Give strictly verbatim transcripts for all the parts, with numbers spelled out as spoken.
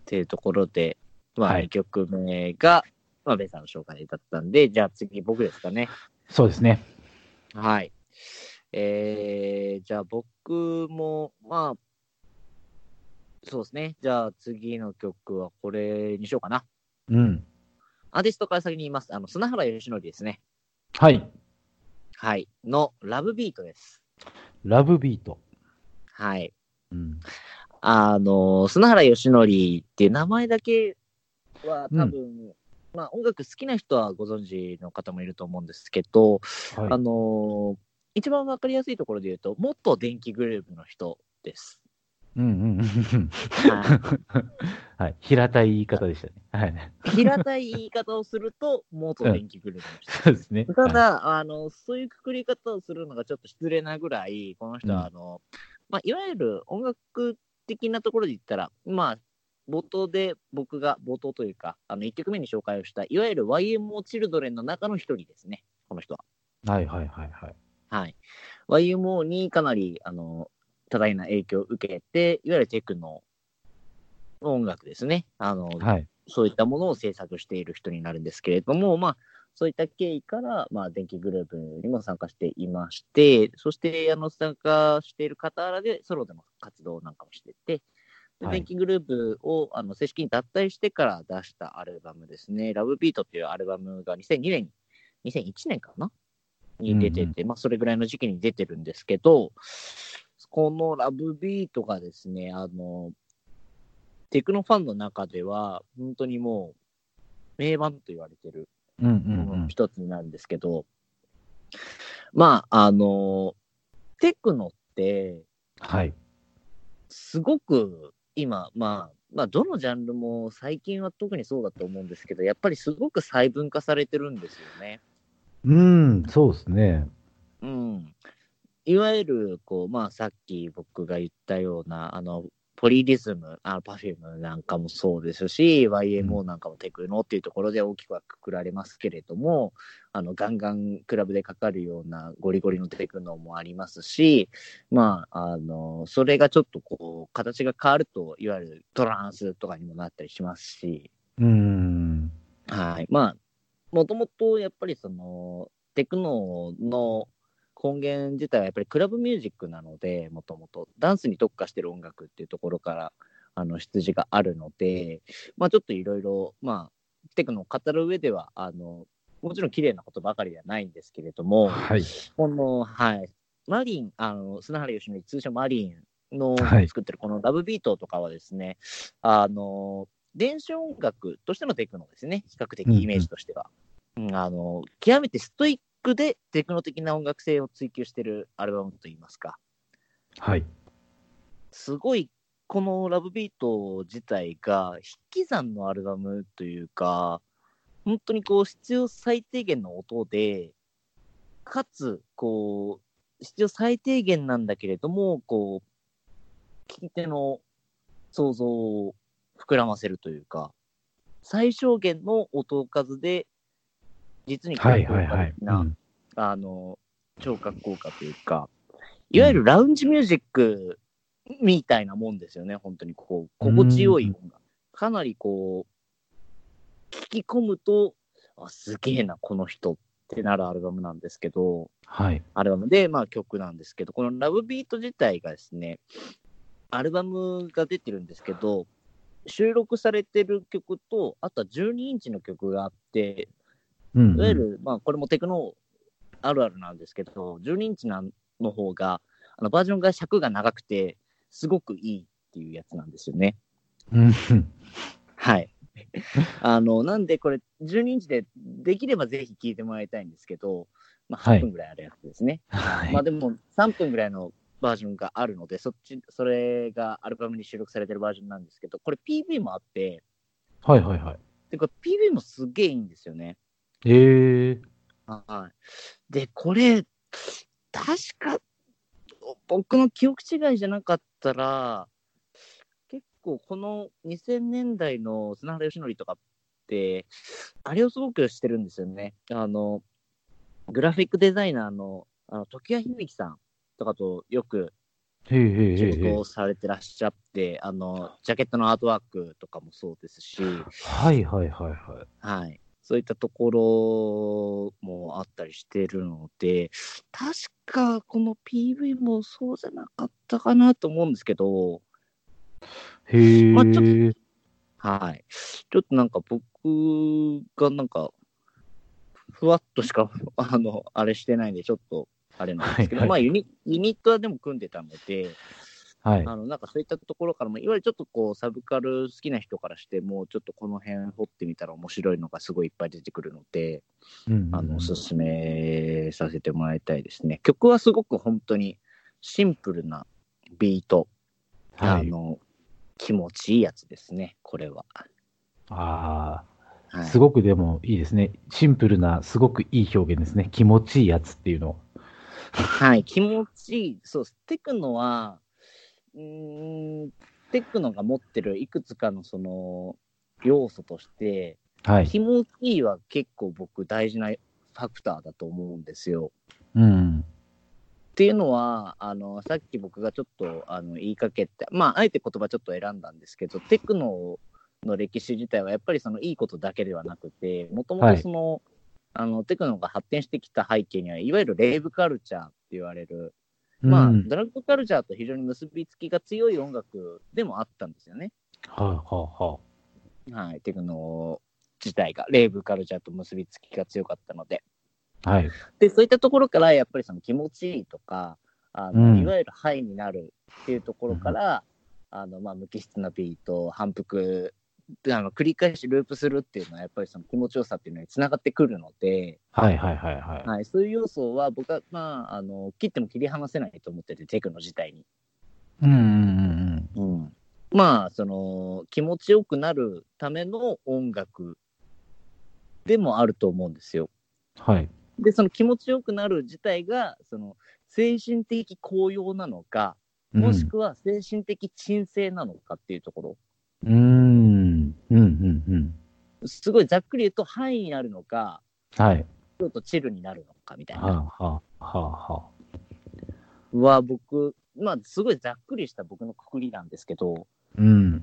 っていうところで、まあ、 はいにきょくめが、まあ、ベンさんの紹介だったんで、じゃあ次僕ですかね。 そうですね。 はい。えー、じゃあ僕も、まあ、そうですね。じゃあ次の曲はこれにしようかな。 うん。 アーティストから先に言います。あの、砂原義則ですね。 はい。 はい。のラブビートです。 ラブビート。 はい。 うん。 あの、砂原義則っていう名前だけはうん。 多分、まあ音楽好きな人はご存知の方もいると思うんですけど、 はい。 あの、一番わかりやすいところで言うと、元電気グループの人です。 うんうんうん。 はい。 はい。平たい言い方でしたね。はい。 平たい言い方をすると、元うん。 電気グループの人。 そうですね。はい。 ただ、あの、そういうくくり方をするのがちょっと失礼なぐらい、この人は、 うん。 あの、まあ、いわゆる音楽的なところで言ったら、まあ、冒頭で僕が、冒頭というか、あの、いっきょくめに紹介をした、いわゆる ワイエムオー チルドレンの中の一人ですね、この人は。 はいはいはいはい。 はい。ワイエムオー にかなり、あの、多大な影響を受けて、いわゆるテクノ音楽ですね。あの、 はい。 そういったものを制作している人になるんですけれども、まあ、そういった経緯から、まあ、電気グループにも参加していまして、そして、あの、参加している傍らで、ソロでも活動なんかもしてて、ではい。 電気グループをあの正式に脱退してから出したアルバムですね、ラブビートっていうアルバムがにせんにねんに、にせんいちねんかなに出てて、 うんまあ、それぐらいの時期に出てるんですけど、このラブビートがですね、あの、テクノファンの中では、本当にもう、名盤と言われてるうん。うんうんもののうん。 一つになるんですけど、まあ、あの、テクノって、 はい。 すごく今、まあ、まあ、どのジャンルも最近は特にそうだと思うんですけど、やっぱりすごく細分化されてるんですよね。 うん、そうですね。 うん。いわゆる、こう、まあ、さっき僕が言ったような、あの、ポリリズム、あの、パフュームなんかもそうですし、 うん。 ワイエムオー なんかもテクノっていうところで大きくはくくられますけれども、あの、ガンガンクラブでかかるようなゴリゴリのテクノもありますし、まあ、あの、それがちょっとこう、形が変わると、いわゆるトランスとかにもなったりしますし、 うん。 はい。まあ、もともとやっぱりその、テクノの根源自体はやっぱりクラブミュージックなので、もともとダンスに特化してる音楽っていうところからあの出自があるので、まあちょっといろいろ、まあ、テクノを語る上では、あの、もちろん綺麗なことばかりではないんですけれども、 はい。 この、はい、マリン、あの、砂原義則、通称マリンのはい。 作ってるこのラブビートとかはですね、あの、電子音楽としてのテクノですね、比較的イメーうんうん。 ジとしては。うん、あの、極めてストイックでテクノ的な音楽性を追求しているアルバムといいますか。 はい。 すごい、このラブビート自体が引き算のアルバムというか、本当にこう必要最低限の音で、かつ、こう、必要最低限なんだけれども、こう、聞き手の想像を膨らませるというか、最小限の音数で実にこはう効いはいはい。 果的な、 うん。 あの、聴覚効果というか、いわゆうん。 るラウンジミュージックみたいなもんですよね、本当にこう、 うー心地よいん。 音楽。かなりこう、聞き込むと、あ、すげえな、この人ってなるアルバムなんですけど、 はい。 アルバムで、まあ曲なんですけど、このラブビート自体がですね、アルバムが出てるんですけど、収録されてる曲と、あとはじゅうにインチの曲があって、 うんうん。 いわゆる、まあこれもテクノあるあるなんですけど、じゅうにインチの方が、あのバージョンが尺が長くて、すごくいいっていうやつなんですよね。 うん。 はい。あの、なんでこれ、じゅうにインチでできればぜひ聴いてもらいたいんですけど、まあ、8 はい。 分ぐらいあるやつですね。はい。 はい。 まあでも、さんぷんぐらいのバージョンがあるので、そっち、それがアルバムに収録されてるバージョンなんですけど、これ ピーブイ もあって、 はいはいはい。 で、これ ピーブイ もすげえいいんですよね。 ええ。 はい。で、これ、確か、僕の記憶違いじゃなかったら、結構このにせんねんだいの砂原義則とかって、あれをすごくしてるんですよね。あの、グラフィックデザイナーの、あの、時谷響さんとかとよくへえへえ仕へえへえ。 事をされてらっしゃって、あの、ジャケットのアートワークとかもそうですし、 はいはいはいはい。 はい。そういったところもあったりしてるので、確かこの ピーブイ もそうじゃなかったかなと思うんですけど、まあちょっと、 へえ。 はい。ちょっとなんか僕がなんか、ふわっとしか、あの、あれしてないんで、ちょっと、あれなんですけど、 はいはい。 まあユニ、ユニットはでも組んでたので、 はい。 あの、なんかそういったところからも、いわゆるちょっとこう、サブカル好きな人からしても、ちょっとこの辺掘ってみたら面白いのがすごいいっぱい出てくるので、 うんうんあの、おうん。 すすめさせてもらいたいですね。曲はすごく本当にシンプルなビート、 はい。 あの、気持ちいいやつですね、これは。 ああ、 はい。 すごくでもいいですね。シンプルな、すごくいい表現ですね。気持ちいいやつっていうの。 はい、気持ちいい。そう、テクノは、うーん、テクノが持ってるいくつかのその要素として、 はい。 気持ちいいは結構僕大事なファクターだと思うんですよ。 うん。 っていうのは、あの、さっき僕がちょっとあの言いかけて、まあ、あえて言葉ちょっと選んだんですけど、テクノの歴史自体はやっぱりそのいいことだけではなくて、もともはい。 とその、あの、テクノが発展してきた背景には、いわゆるレイブカルチャーって言われる、まあ、 うん。 ドラッグカルチャーと非常に結びつきが強い音楽でもあったんですよね。 はあ、はあ、ははい、テクノ自体が、レイブカルチャーと結びつきが強かったので。 あ。はい。 で、そういったところから、やっぱりその気持ちいいとか、あの、いうん。 わゆるハイになるっていうところかうん、 ら、あの、まあ、無機質なビート、反復、あの繰り返しループするっていうのは、やっぱりその気持ちよさっていうのにつながってくるので、 はいはいはいはい。 はい、そういう要素は僕は、まあ、あの切っても切り離せないと思ってて、テクノ自体に。 うんうんうんうん、まあ、その気持ちよくなるための音楽でもあると思うんですよ。 うん。はい。 で、その気持ちよくなる自体が、その精神的高揚なのか、もしうん。 くは精神的鎮静なのかっていうところ、 うーん。うんうんうん。 すごいざっくり言うと、ハイになるのか、 はい。 ちょっとチルになるのかみたいな。 はあはあはあはは、僕、まあ、すごいざっくりした僕のくくりなんですけど、 あ。うん。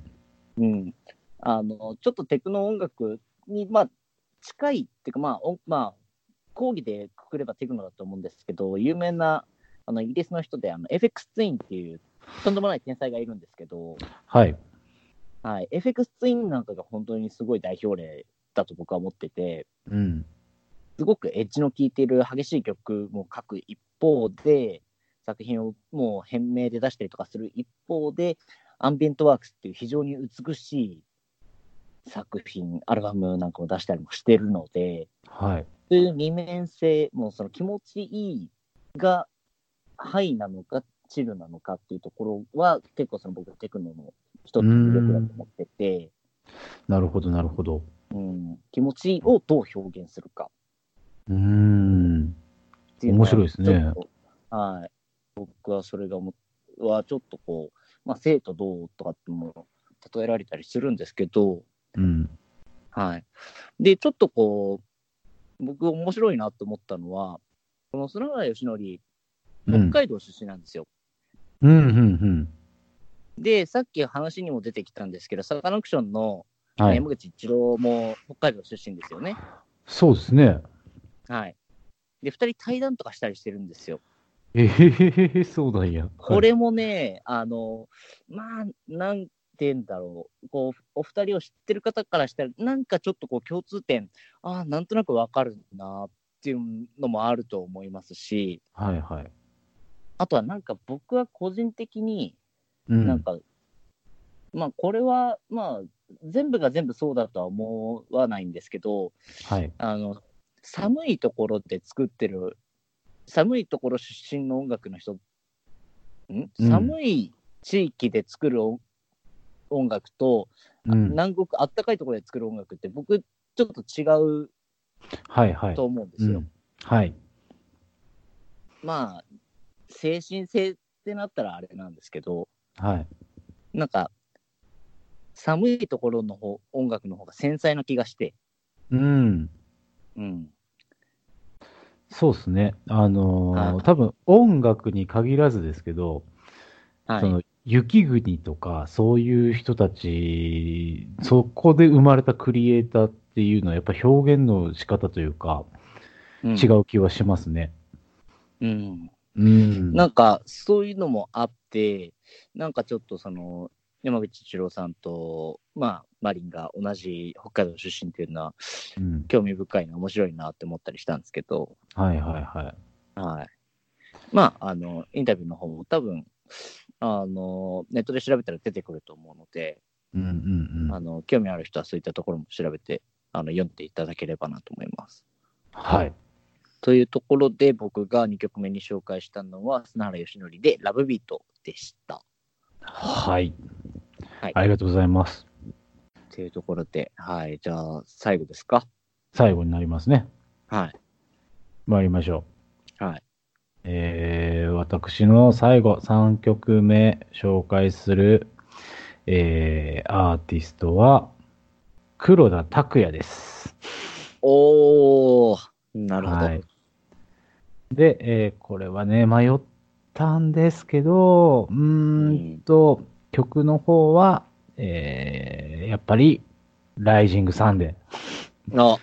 うん。あの、ちょっとテクノ音楽に、まあ、近いっていうか、まあ、おまあ、講義でくくればテクノだと思うんですけど、有名な、あの、イギリスの人で、あの、エフェクスツインっていう、とんでもない天才がいるんですけど、 はい。 はい、エフェクスツインなんかが本当にすごい代表例だと僕は思ってて、 うん。 すごくエッジの効いている激しい曲も書く一方で、作品をもう変名で出したりとかする一方で、アンビエントワークスっていう非常に美しい作品、アルバムなんかを出したりもしてるので、 はい。 そういう二面性、もうその気持ちいいがハイなのか、チルなのかっていうところは、結構その僕テクノの一うーつの魅力だとん。 思ってて、 なるほどなるほど。 うん、気持ちいいをどう表現するかうーん。 っていうのは、 面白いですね。 ちょっと、はい、僕はそれがもはちょっとこう、まあ、生とどうとかっても例えられたりするんですけど、 うん。 はい。で、ちょっとこう、僕面白いなと思ったのは、この砂川義則、 うん。 北海道出身なんですよ。 うん、うん、うん。 で、さっき話にも出てきたんですけど、サカナクションのあはい。 の山口一郎も北海道出身ですよね。 そうですね。 はい。で、二人対談とかしたりしてるんですよ。 えへへ、そうなんや。はい。 これもね、あの、まあ、なんて言うんだろう。こう、お二人を知ってる方からしたら、なんかちょっとこう共通点、ああ、なんとなくわかるなっていうのもあると思いますし、 はい、はい。 あとはなんか僕は個人的にうん。 なんか、まあこれはまあ全部が全部そうだとは思わないんですけど、 はい。 あの、寒いところで作ってる、寒いところ出身の音楽の人、んうん。 寒い地域で作る音楽と、 うん。 南国、あったかいところで作る音楽って僕、ちょっと違うはい、はい。 と思うんですよ。 うん。はい。 まあ、精神性ってなったらあれなんですけど、 はい。 なんか、寒いところの方音楽の方が繊細な気がして、 うん。 うん。 そうですね。あのー多はい。 分音楽に限らずですけど、 はい。 その雪国とかそういう人たち、そこで生まれたクリエイターっていうのはやっぱ表現の仕方というかうん違う気はしますね。 うん。 うん。 なんか、そういうのもあって、なんかちょっとその、山口一郎さんと、まあ、マリンが同じ北海道出身っていうのは、 うん、 興味深いな、面白いなって思ったりしたんですけど、 はいはいはい。 はい。まあ、あの、インタビューの方も多分、あの、ネットで調べたら出てくると思うので、 うんうんうん。 あの、興味ある人はそういったところも調べて、あの、読んでいただければなと思います。 はい。 というところで、僕がにきょくめに紹介したのは、砂原義則でラブビートでした。 はい。 はい。 ありがとうございます。 というところで、はい。じゃあ、最後ですか。 最後になりますね。 はい。 参りましょう。はい。 えー、私の最後さんきょくめ紹介する、えー、アーティストは黒田拓也です。 おー、なるほど。 はい。で、えー、これはね、迷ったんですけど、うーんと、うん、曲の方は、えー、やっぱり、ライジングサンデー。 の、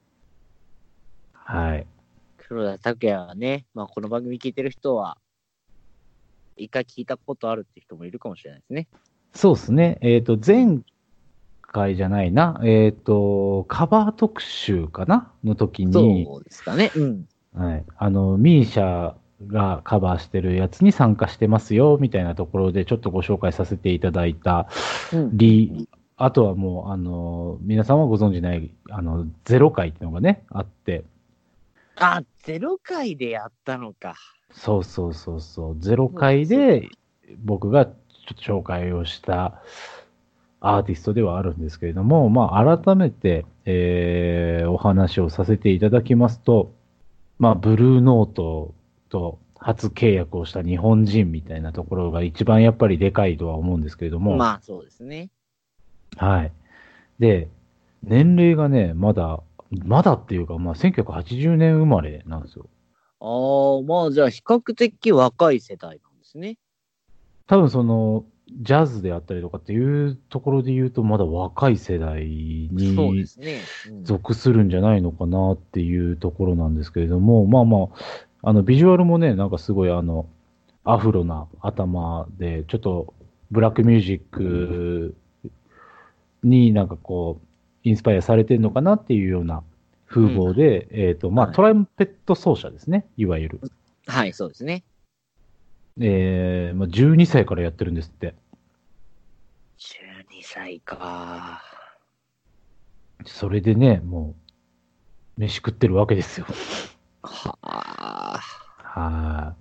はい。 黒田拓也はね、まあ、この番組聞いてる人は、一回聞いたことあるって人もいるかもしれないですね。 そうですね。えっ、ー、と、前回じゃないな。えっ、ー、と、カバー特集かなの時に、 そうですかね。うん。 はい。あの、ミーシャがカバーしてるやつに参加してますよ、みたいなところでちょっとご紹介させていただいた、リ、うん、あとはもう、あの、皆さんはご存知ない、あの、ゼロ回っていうのがね、あって。 あ、ゼロ回でやったのか。 そうそうそうそう。ゼロ回で僕がちょっと紹介をしたアーティストではあるんですけれども、まあ、改めて、えー、お話をさせていただきますと、まあ、ブルーノートと初契約をした日本人みたいなところが一番やっぱりでかいとは思うんですけれども。 まあ、そうですね。 はい。で、年齢がね、まだ、まだっていうか、まあ、せんきゅうひゃくはちじゅうねん生まれなんですよ。 ああ、まあ、じゃあ、比較的若い世代なんですね。 多分その、ジャズであったりとかっていうところで言うと、まだ若い世代に属するんじゃないのかなっていうところなんですけれども、まあまあ、あの、ビジュアルもね、なんかすごいあの、アフロな頭で、ちょっとブラックミュージックになんかこう、インスパイアされてるのかなっていうような風貌で、うん、えっと、まあ、はい、トランペット奏者ですね、いわゆる。 はい、そうですね。 えー、まあ、じゅうにさいからやってるんですって。 じゅうにさいか。 それでね、もう、飯食ってるわけですよ。 はあ。 はい。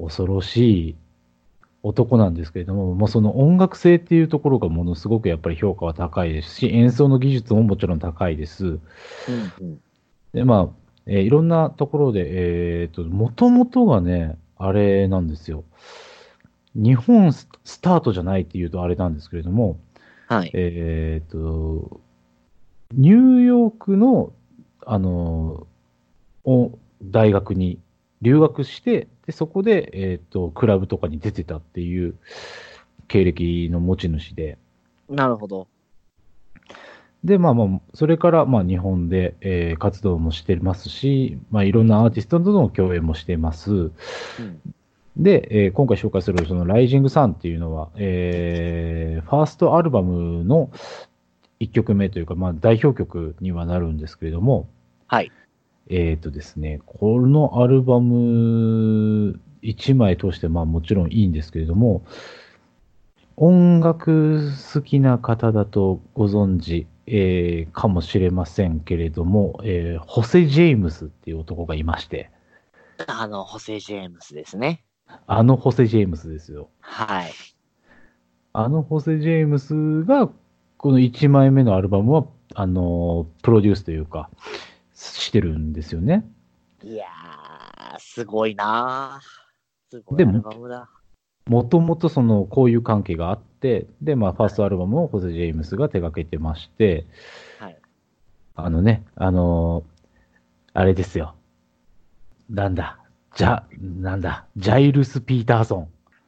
恐ろしい男なんですけれども、もうその音楽性っていうところがものすごくやっぱり評価は高いですし、演奏の技術ももちろん高いです。うんうん、で、まあ、えー、いろんなところで、えっと、もともとがね、あれなんですよ。日本スタートじゃないっていうとあれなんですけれども、 はい。 えっと、ニューヨークの、あの、大学に留学して、でそこで、えっと、クラブとかに出てたっていう経歴の持ち主で。 なるほど。 で、まあまあ、それから、まあ、日本で、えー、活動もしてますし、まあ、いろんなアーティストとの共演もしてます。うん、で、えー、今回紹介する、その、ライジングサンっていうのは、えー、ファーストアルバムのいっきょくめというか、まあ、代表曲にはなるんですけれども、 はい。 えっとですね、このアルバムいちまい通して、まあもちろんいいんですけれども、音楽好きな方だとご存知、えー、かもしれませんけれども、えー、ホセ・ジェームスっていう男がいまして。 あの、ホセ・ジェームスですね。 あのホセ・ジェームスですよ。 はい。 あのホセ・ジェームスが、このいちまいめのアルバムは、あの、プロデュースというか、してるんですよね。 いやー、すごいなー。すごいアルバムだ。 もともとその、こういう関係があって、で、まあ、ファーストアルバムをホセ・ジェームスが手掛けてまして、はい。あのね、あのー、あれですよ。なんだ、じゃ、なんだ、ジャイルス・ピーターソン。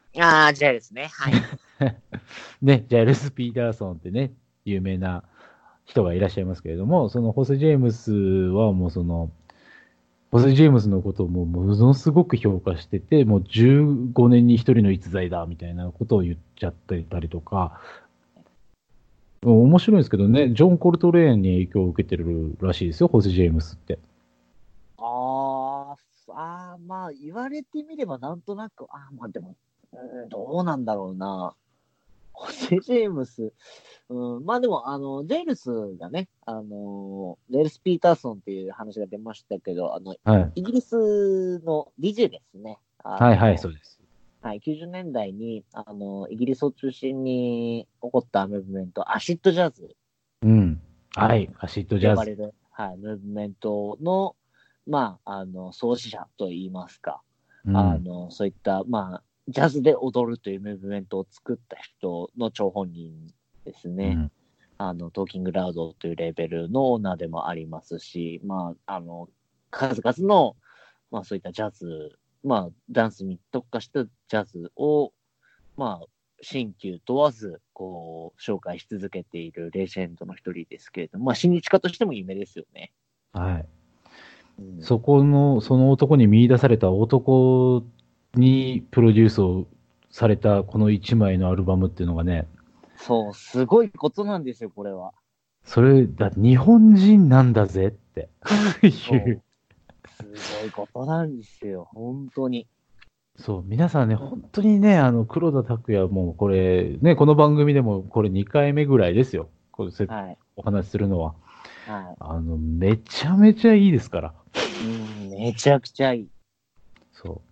ああ、ジャイルスね。はい。 ね、ジャイルス・ピーターソンってね、有名な人がいらっしゃいますけれども、そのホセ・ジェームスはもうその、ホセ・ジェームスのことをもうものすごく評価してて、もうじゅうごねんにひとりの逸材だみたいなことを言っちゃってたりとか、面白いんですけどね、ジョン・コルトレーンに影響を受けてるらしいですよ、ホセ・ジェームスって。 あーあー、まあ、言われてみればなんとなく、ああ、まあでも、うん、どうなんだろうな。ホセ・ジェームス、うん、まあでも、あの、ジェイルスがね、あの、ジェイルス・ピーターソンっていう話が出ましたけど、あの、 はい。 イギリスの ディージェー ですね。あはいはい、 の、 そうです。 はい、きゅうじゅうねんだいに、あの、イギリスを中心に起こったムーブメント、アシッドジャズうん。はい、アシッドジャズ。 呼ばれる、はい、ムーブメントの、まあ、あの、創始者といいますか、 うん、 あの、そういった、まあ、ジャズで踊るというムーブメントを作った人の張本人ですね。 うん、 あの、トーキングラウドというレーベルのオーナーでもありますし、まあ、あの、数々の、まあそういったジャズ、まあダンスに特化したジャズを、まあ、新旧問わず、こう、紹介し続けているレジェンドの一人ですけれども、まあ、親日家としても有名ですよね。 はい。 うん、 そこの、その男に見出された男にプロデュースをされたこの一枚のアルバムっていうのがね、 そう、すごいことなんですよ、これは。 それ、だ、日本人なんだぜっていう。 そう、すごいことなんですよ、本当に。 そう、皆さんね、本当にね、あの、黒田拓也もこれ、ね、この番組でもこれにかいめぐらいですよ。これせはい。 お話しするのは。 はあの、めちゃめちゃいいですから。 い。うん、めちゃくちゃいい。 そう。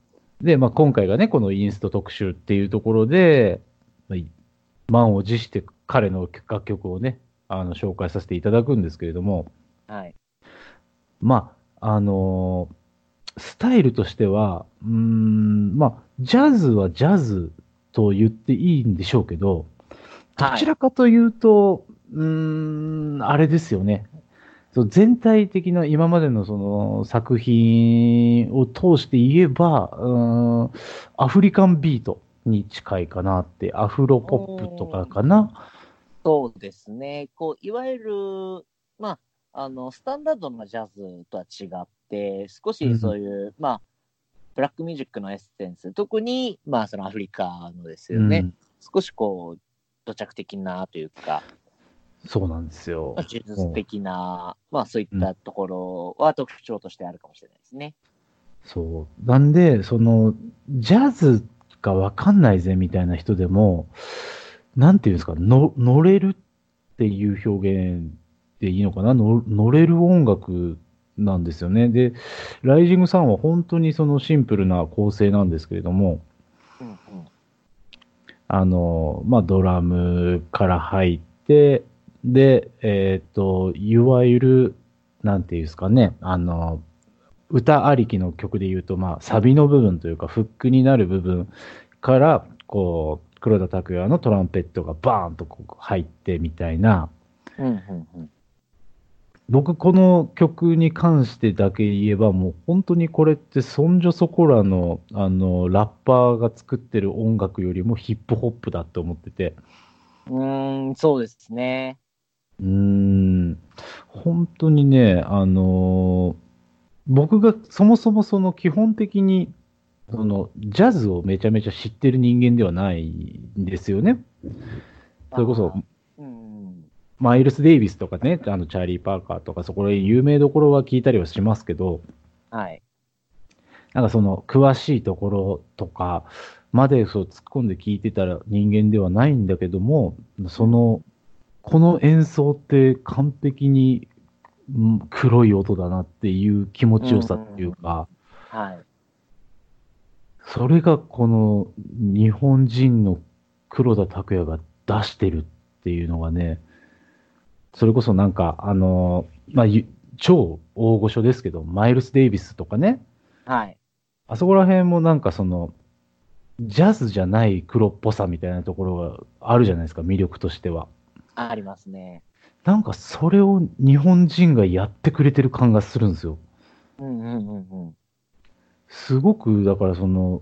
で、まあ、今回がね、このインスト特集っていうところで、まあ満を持して彼の楽曲をね、あの、紹介させていただくんですけれども、 はい。 まあ、あのースタイルとしては、うーん、まあ、ジャズはジャズと言っていいんでしょうけど、どはい。 ちらかというと、うーん、あれですよね。そう全体的な今までのその作品を通して言えば、うーん、アフリカンビートに近いかなって、アフロポップとかうん、 かな。 そうですね。こう、いわゆる、まあ、あの、スタンダードなジャズとは違って、少しうん、 そういう、まあ、ブラックミュージックのエッセンス、特に、まあ、そのアフリカのですよね。 うん、 少しこう、土着的なというか、 そうなんですよ。 技術も的な、まあ、そういっう、うん、 たところは特徴としてあるかもしれないですね。 そう。なんで、その、ジャズがわかんないぜみたいな人でも、なんていうんですか、の乗れるっていう表現でいいのかな、の乗れる音楽なんですよね。で、ライジングさんは本当にそのシンプルな構成なんですけれども、 うんうん。 あの、まあ、ドラムから入って、で、えっと、いわゆる、なんていうんですかね、あの、歌ありきの曲で言うと、まあ、サビの部分というか、フックになる部分から、こう、黒田拓也のトランペットがバーンとこう入ってみたいな、 うんうんうん。 僕、この曲に関してだけ言えば、もう本当にこれってそんじょそこらの、あの、ラッパーが作ってる音楽よりもヒップホップだって思ってて、 うーん、そうですね。 うーん、本当にね、あのー僕がそもそもその基本的に、その、ジャズをめちゃめちゃ知ってる人間ではないんですよね。それこそ、 ああ、うん。 マイルス・デイビスとかね、あの、チャーリー・パーカーとか、そこら辺有名どころは聞いたりはしますけど、 はい。 なんかその、詳しいところとかまでそう突っ込んで聞いてたら人間ではないんだけども、その、この演奏って完璧にうん黒い音だなっていう気持うちよさっていうん。 か、 はい。 それがこの日本人の黒田拓也が出してるっていうのがね、それこそなんか、あの、まあ、ゆ超大御所ですけど、マイルス・デイビスとかね、 はい。 あそこら辺もなんかその、ジャズじゃない黒っぽさみたいなところがあるじゃないですか、魅力としては。 ありますね。 なんかそれを日本人がやってくれてる感がするんですよ。 うんうんうんうん。 すごく、だからその、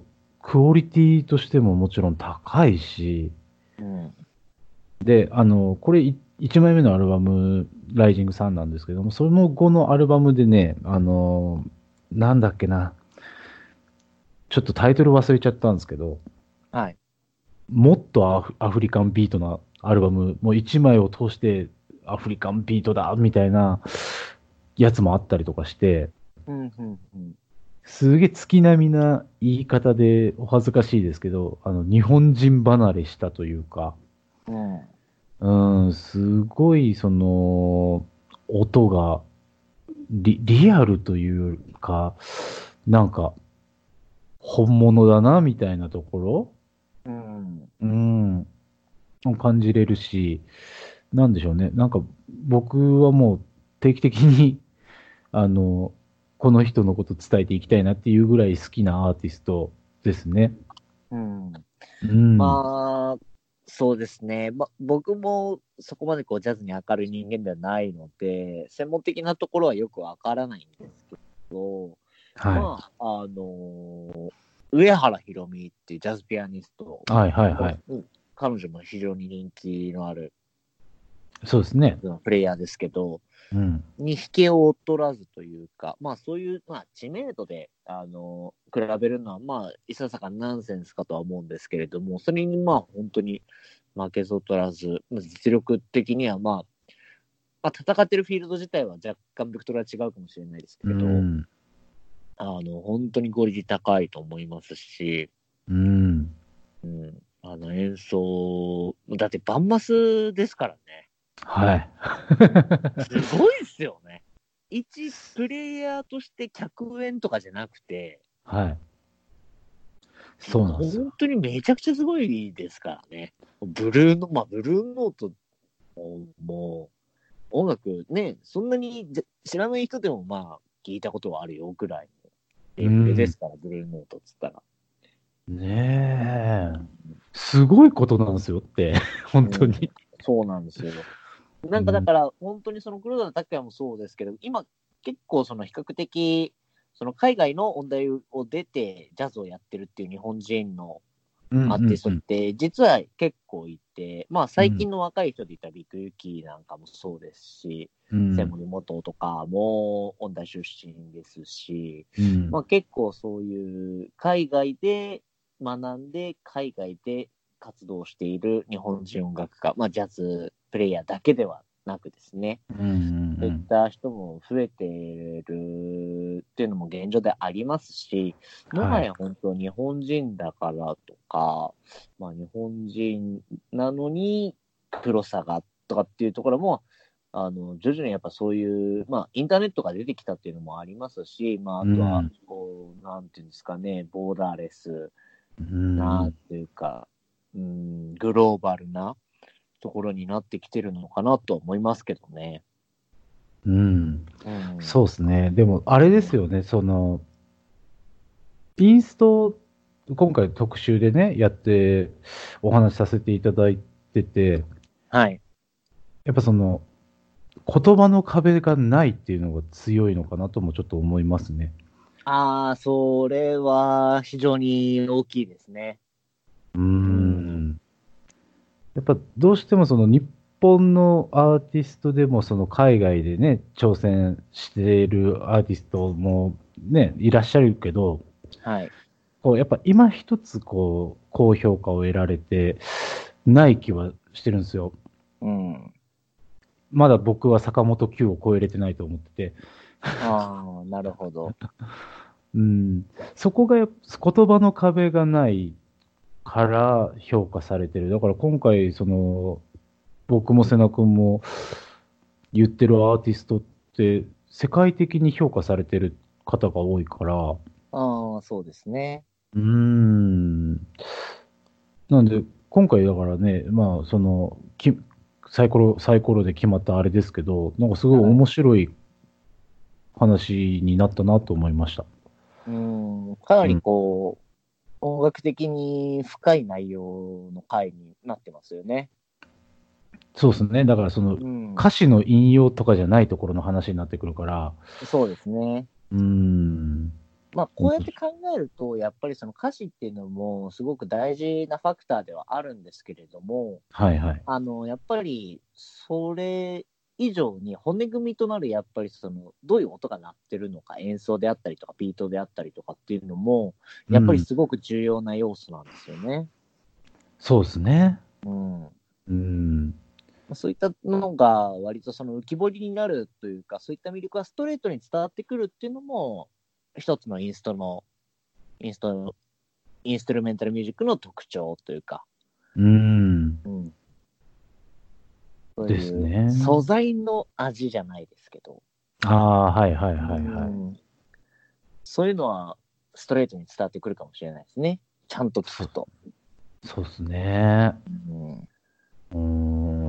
クオリティとしてももちろん高いし、 うん、 で、あの、これいいちまいめのアルバム、ライジングサンなんですけども、その後のアルバムでね、あの、なんだっけな、ちょっとタイトル忘れちゃったんですけど、 はい。 もっとアフ、アフリカンビートなアルバム、もういちまいを通してアフリカンビートだみたいなやつもあったりとかして、 うん、うん、うん。 すげえ月並みな言い方でお恥ずかしいですけど、あの、日本人離れしたというか、 うん、 うん、すごい、その、音がリ、リアルというか、なんか、本物だな、みたいなところ、 うん。 うん、を感じれるし、なんでしょうね。なんか、僕はもう定期的に、あの、この人のこと伝えていきたいなっていうぐらい好きなアーティストですね。 うん。 うん。 まあ、そうですね。ま、僕もそこまでこうジャズに明るい人間ではないので、専門的なところはよくわからないんですけど、 はい。 まあ、あのー上原ひろみっていうジャズピアニスト、 はいはいはい。 うん、彼女も非常に人気のあるそうですね。 プレイヤーですけど、 うん。 に引けを劣らずというか、まあそういう、まあ知名度で、あの、比べるのは、まあ、いささかナンセンスかとは思うんですけれども、それにまあ本当に負けず劣らず、実力的にはまあ、まあ戦ってるフィールド自体は若干ベクトルは違うかもしれないですうけど、 ん。 あの、本当にクオリティ高いと思いますし、 うん。 うん、あの演奏、だってバンマスですからね。 はい。 すごいっすよね。一プレイヤーとして客演とかじゃなくて、 はい。そうなんですよ。 本当にめちゃくちゃすごいですからね。ブルーの、まあ、ブルーノートも、もう、音楽ね、そんなに知らない人でもまあ、聞いたことはあるよぐらいのレベルでうん。 すから、ブルーノートっつったら。 ねえ。すごいことなんですよって、本当うん、 に。 そうなんですよ。なんかだうん。 から、本当にその黒田拓也もそうですけど、今結構その比較的、その海外の音大を出てジャズをやってるっていう日本人のうんアーティストっうんて実は結構いて、まあうん。 最近の若い人で言ったらビッグユキなんかもそうですし、 うん。 セモリモトとかも音大出身ですし、 うん。 まあ結構そういう海外で学んで海外で活動している日本人音楽家、まあジャズプレイヤーだけではなくですね、 うん。うん。 そういった人も増えているっていうのも現状でありますし、もはい。 はや本当日本人だからとか、まあ日本人なのに黒さがとかっていうところも、あの、徐々にやっぱそういう、まあインターネットが出てきたっていうのもありますし、まああとは、 うん。 こう、なんていうんですかね、ボーダーレスうな、っん。 ていうか、うん、グローバルなところになってきてるのかなと思いますけどね。 うん。 うん。 そうですね。でも、あれですよね。その、インスト、今回特集でね、やってお話しさせていただいてて、 はい。 やっぱその、言葉の壁がないっていうのが強いのかなともちょっと思いますね。 ああ、それは非常に大きいですね。 うーうん。 ん。やっぱどうしてもその日本のアーティストでもその海外でね、挑戦しているアーティストもね、いらっしゃるけど、 はい。 こうやっぱ今一つこう、高評価を得られてない気はしてるんですよ。 うん。 まだ僕は坂本九を超えれてないと思ってて。 ああ、なるほど。 うん。そこがやっぱ言葉の壁がないから評価されてる。だから今回、その、僕も瀬名君も言ってるアーティストって、世界的に評価されてる方が多いから、うああ、そうですね。 ーん。なんで、今回だからね、まあ、その、きサイコロ、サイコロで決まったあれですけど、なんかすごいはい。 面白い話になったなと思いました。 うん。かなりうん。 こう、音楽的に深い内容の回になってますよね。 そうですね。だからその、 うん。 歌詞の引用とかじゃないところの話になってくるから、 そうですね。 うーん。 まあ、こうやって考えると、やっぱりその歌詞っていうのもすごく大事なファクターではあるんですけれども、 はいはい。 あの、やっぱり、それ以上に骨組みとなる、やっぱりその、どういう音が鳴ってるのか、演奏であったりとか、ビートであったりとかっていうのも、やっぱりすごく重要な要素なんですよね。 そうですね。 うん。 うん。 そういったのが割とその浮き彫りになるというか、そういった魅力がストレートに伝わってくるっていうのも、一つのインストの、インスト、インストゥルメンタルミュージックの特徴というか、 うん。 うん。そうですいうね。 素材の味じゃないですけど、 ああ、はいはいはいはい。 うん、そういうのはストレートに伝わってくるかもしれないですね。ちゃんと聞くと。 そうですね。 うん、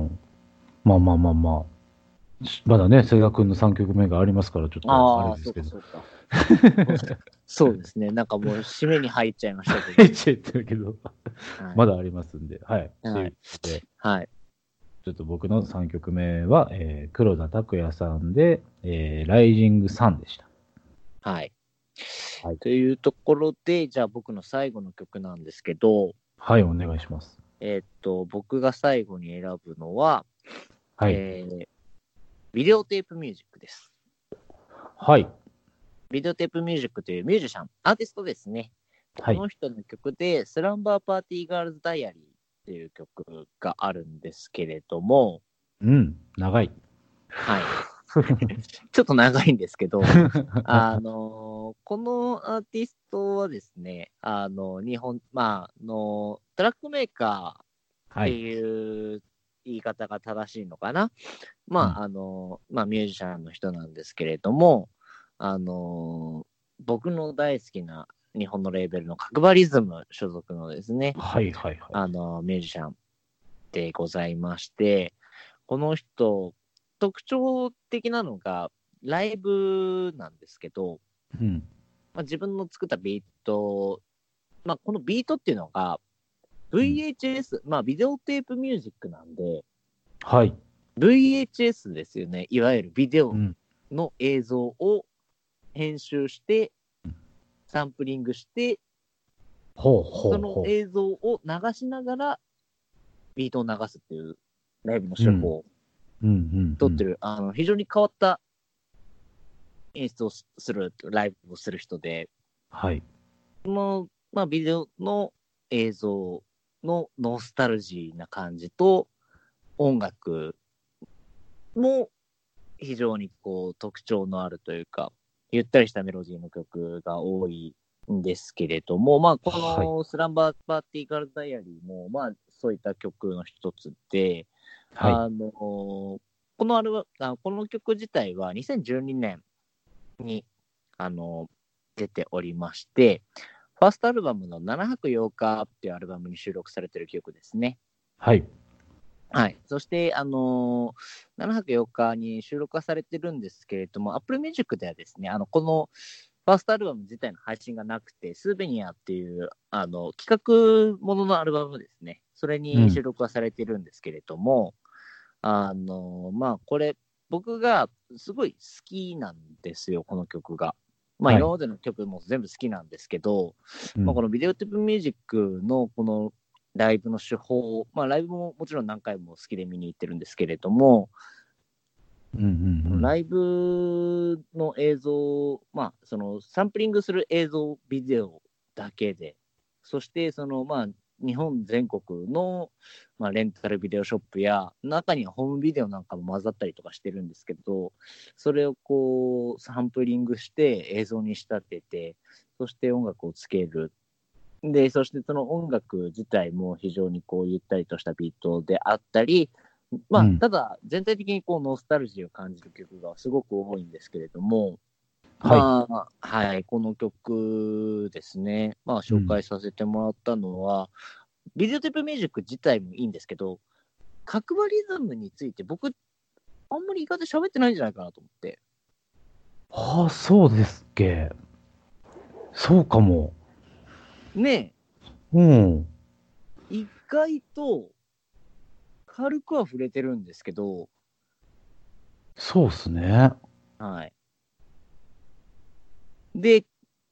うん。まあまあまあまあ。しまだね、セガ君のさんきょくめがありますから、ちょっとあああ、 れですけど。 そうかそうか。そうですね。なんかもう締めに入っちゃいましたけど。 入っちゃってるけど、 はい、 まだありますんで、はい。 はい。 ではい。 ちょっと僕のさんきょくめは、えー、黒田拓也さんで、えー、ライジングサンでした。 はい。 はい。 というところで、じゃあ僕の最後の曲なんですけど、 はい、お願いします。 えーっと、僕が最後に選ぶのは、 はい。 えー、ビデオテープミュージックです。 はい。 ビデオテープミュージックというミュージシャン、アーティストですね。 はい。 この人の曲で、スランバーパーティーガールズダイアリーっていう曲があるんですけれども、 うん、長い。 はい。ちょっと長いんですけど、あのーこのアーティストはですね、あの、日本、まあ、の、トラックメーカーってはい。 いう言い方が正しいのかな。まあ、あの、まあ、ミュージシャンの人なんですけれども、あの、僕の大好きな日本のレーベルの角張リズム所属のですね、 はいはいはい。 あの、ミュージシャンでございまして、この人、特徴的なのが、ライブなんですけど、 うん。 まあ、自分の作ったビート、まあ、このビートっていうのが、ブイエイチエス、うん、まあ、ビデオテープミュージックなんで、 はい。 ブイエイチエス ですよね。いわゆるビデオの映像を編集して、サンプリングして、 ほうほうそのほう。 映像を流しながら、ビートを流すっていうライブの手法を取ってる、あの、非常に変わった演出をする、ライブをする人で、 はい。 その、まあ、ビデオの映像のノスタルジーな感じと、音楽も非常にこう特徴のあるというか、ゆったりしたメロディーの曲が多いんですけれども、まあ、このスランバーパーティーガールズダイアリーも、まあ、そういった曲の一つで、 はい、 あの、このアルバあこの曲自体はにせんじゅうにねんに、あの、出ておりまして、ファーストアルバムのななはくようかっていうアルバムに収録されている曲ですね。 はい。 はい。そして、あのー、ななはくようかに収録はされてるんですけれども、Apple Music ではですね、あの、このファーストアルバム自体の配信がなくて、スーベニアっていう、あの、企画もののアルバムですね、それに収録はされてるんですけれども、うん、あのー、まあ、これ、僕がすごい好きなんですよ、この曲が。まあ、今までの曲も全部好きなんですけど、はい、まあ、このビデオテープミュージックのこのライブの手法、まあ、ライブももちろん何回も好きで見に行ってるんですけれども、 うんうんうん、 ライブの映像、まあ、そのサンプリングする映像、ビデオだけで、そしてその、まあ、日本全国の、まあ、レンタルビデオショップや、中にはホームビデオなんかも混ざったりとかしてるんですけど、それをこう、サンプリングして映像に仕立てて、そして音楽をつける。で、そしてその音楽自体も非常にこう、ゆったりとしたビートであったり、まあ、うん、ただ、全体的にこう、ノスタルジーを感じる曲がすごく多いんですけれども、まあ、はい、はい、この曲ですね、まあ、紹介させてもらったのは、うん、ビデオテープミュージック自体もいいんですけど、角張リズムについて僕、あんまり意外と喋ってないんじゃないかなと思って。 ああ、そうですっけ。そうかも。 ねえ。うん。 意外と、軽くは触れてるんですけど。 そうっすね。 はい。で、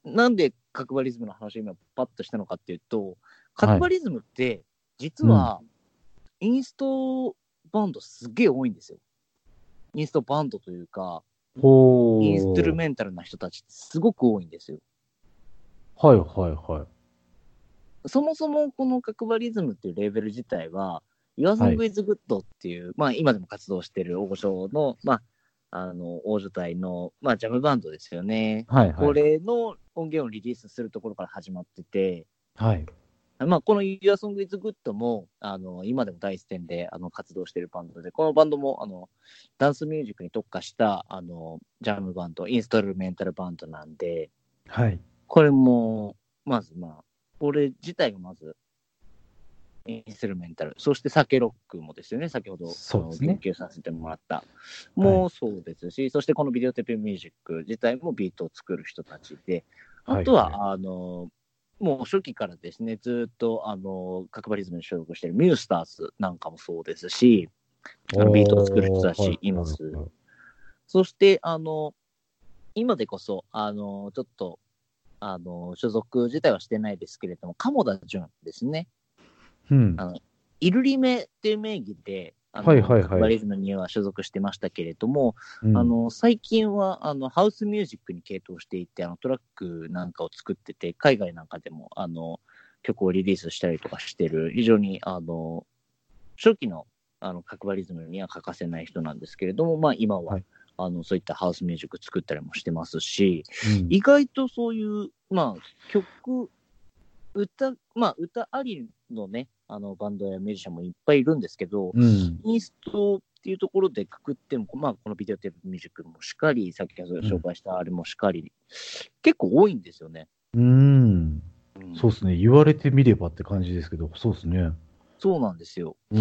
なんで角張リズムの話を今パッとしたのかっていうと、角張リズムって実はインストバンドすげえ多いんですよ。インストバンドというか、 ほーインストゥルメンタルな人たちってすごく多いんですよ。 はいはいはい。 そもそもこの角張リズムっていうレーベル自体は、Your Song is Good っていう、はい、まあ今でも活動してる大御所の、まあ、あの、大所帯の、まあジャムバンドですよね。 はいはい。 これの音源をリリースするところから始まってて、 はい。 まあこの Your Song is Good も、あの、今でも第一線であの活動しているバンドで、このバンドも、あの、ダンスミュージックに特化した、あの、ジャムバンド、インストルメンタルバンドなんで、 はい。 これも、まずまあ、これ自体がまず、インストゥルメンタル、そしてサケロックもですよね、先ほど言及させてもらった、もうそうですし、はい、そしてこのビデオテープミュージック自体もビートを作る人たちで、あとは、はいはい、あのもう初期からですね、ずっとあの角張リズムに所属しているミュースターズなんかもそうですし、あのビートを作る人たちいます。はいはいはい、そしてあの今でこそあのちょっとあの所属自体はしてないですけれども、鴨田純ですね。 うん、 あのイルリメっていう名義で、あの、 はいはいはい、 角張リズムには所属してましたけれども、 うん、 あの最近はあのハウスミュージックに傾倒していて、あのトラックなんかを作ってて、海外なんかでもあの曲をリリースしたりとかしてる、非常にあの初期のあの角張リズムには欠かせない人なんですけれども、まあ、今は、はい、あのそういったハウスミュージック作ったりもしてますし、うん、意外とそういう、まあ、曲、歌、まあ、歌ありのね、あのバンドやミュージシャンもいっぱいいるんですけど、 うん、 インストっていうところでくくっても、まあ、このビデオテープミュージックもしっかり、先ほど紹介したあれもしっかり、うん、結構多いんですよね。 うーん、うん、そうですね。言われてみればって感じですけど、そうですね。 そうなんですよ。 うん、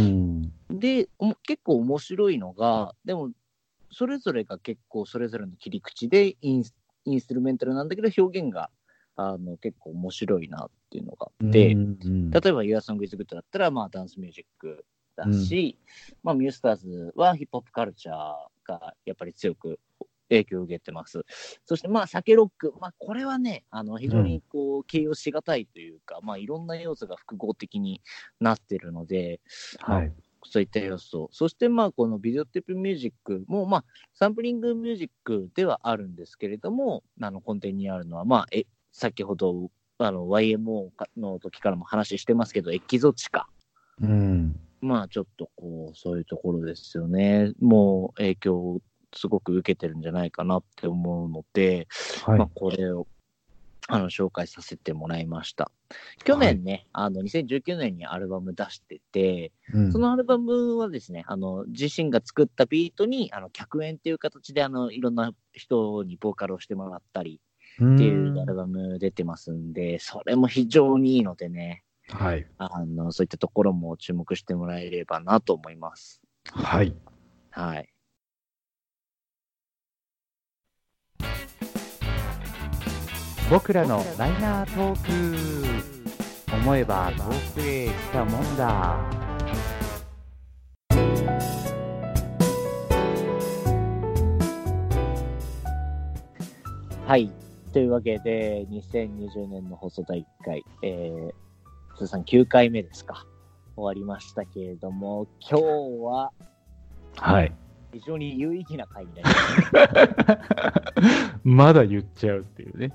で、結構面白いのが、でも、それぞれが結構それぞれの切り口でインス、インストゥルメンタルなんだけど、表現があの結構面白いなっていうのがあって、うんうん、例えば Your Song is Good だったら、まあ、ダンスミュージックだし、うん、まあ、ミュースターズはヒップホップカルチャーがやっぱり強く影響を受けてます。そして、まあ、サケロック、まあ、これはね、あの非常にこう形容しがたいというか、うん、まあ、いろんな要素が複合的になってるので、 はい、 まあそういった要素。そして、まあ、このビデオテープミュージックも、まあ、サンプリングミュージックではあるんですけれども、あの、根底にあるのは、まあ、え、先ほど、あの、ワイエムオー の時からも話してますけど、エキゾチカ。 うん。 まあ、ちょっと、こう、そういうところですよね。もう、影響をすごく受けてるんじゃないかなって思うので、はい、まあ、これを、あの紹介させてもらいました。去年ね、はい、あのにせんじゅうきゅうねんにアルバム出してて、うん、そのアルバムはですね、あの自身が作ったビートにあの客演っていう形であのいろんな人にボーカルをしてもらったりっていうアルバム出てますんで、それも非常にいいのでね、 はい、 あのそういったところも注目してもらえればなと思います。 はい。 はい。 僕らのライナートーク、思えば遠くへ来たもんだ。 はい、というわけでにせんにじゅうねんの放送だいいっかい、えー、通算きゅうかいめですか、終わりましたけれども、今日ははい非常に有意義な回になりました、 ね、まだ言っちゃうっていうね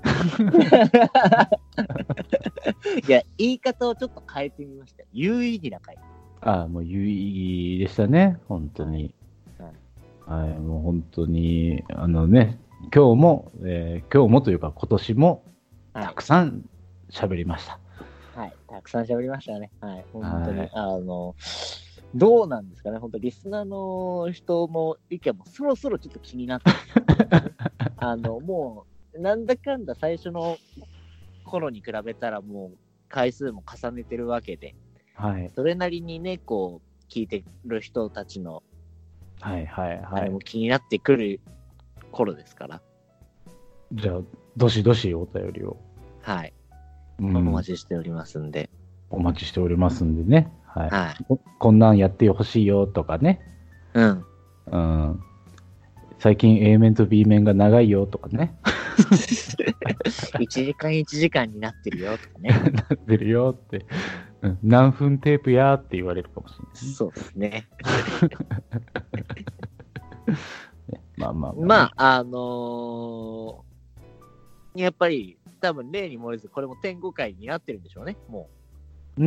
いや、言い方をちょっと変えてみました。有意義な回。 ああ、もう有意義でしたね、本当に。はい、はい、もう本当に、あのね、今日も、えー、今日もというか今年もたくさん喋りました。 はい、はい、たくさん喋りましたね。はい、本当に、はい、あの、どうなんですかね、本当リスナーの人も意見もそろそろちょっと気になってあの、もう、なんだかんだ最初の頃に比べたらもう回数も重ねてるわけで、 はい、 それなりにね、こう、聞いてる人たちの、 はいはいはい。 あれも気になってくる頃ですから。 じゃあ、どしどしお便りを。 はい。うん、お待ちしておりますんで。 お待ちしておりますんでね。はい。 はい、 こ, こんなんやってほしいよとかね。 うん。 うん。最近 A 面と B 面が長いよとかね。 いちじかんいちじかんになってるよとかね。 なってるよって、うん、何分テープやって言われるかもしれない。 そうですね。 まあまあまあ、 まあ、あのー、やっぱり多分例に漏れずこれも天狗会になってるんでしょうね、もう。うん。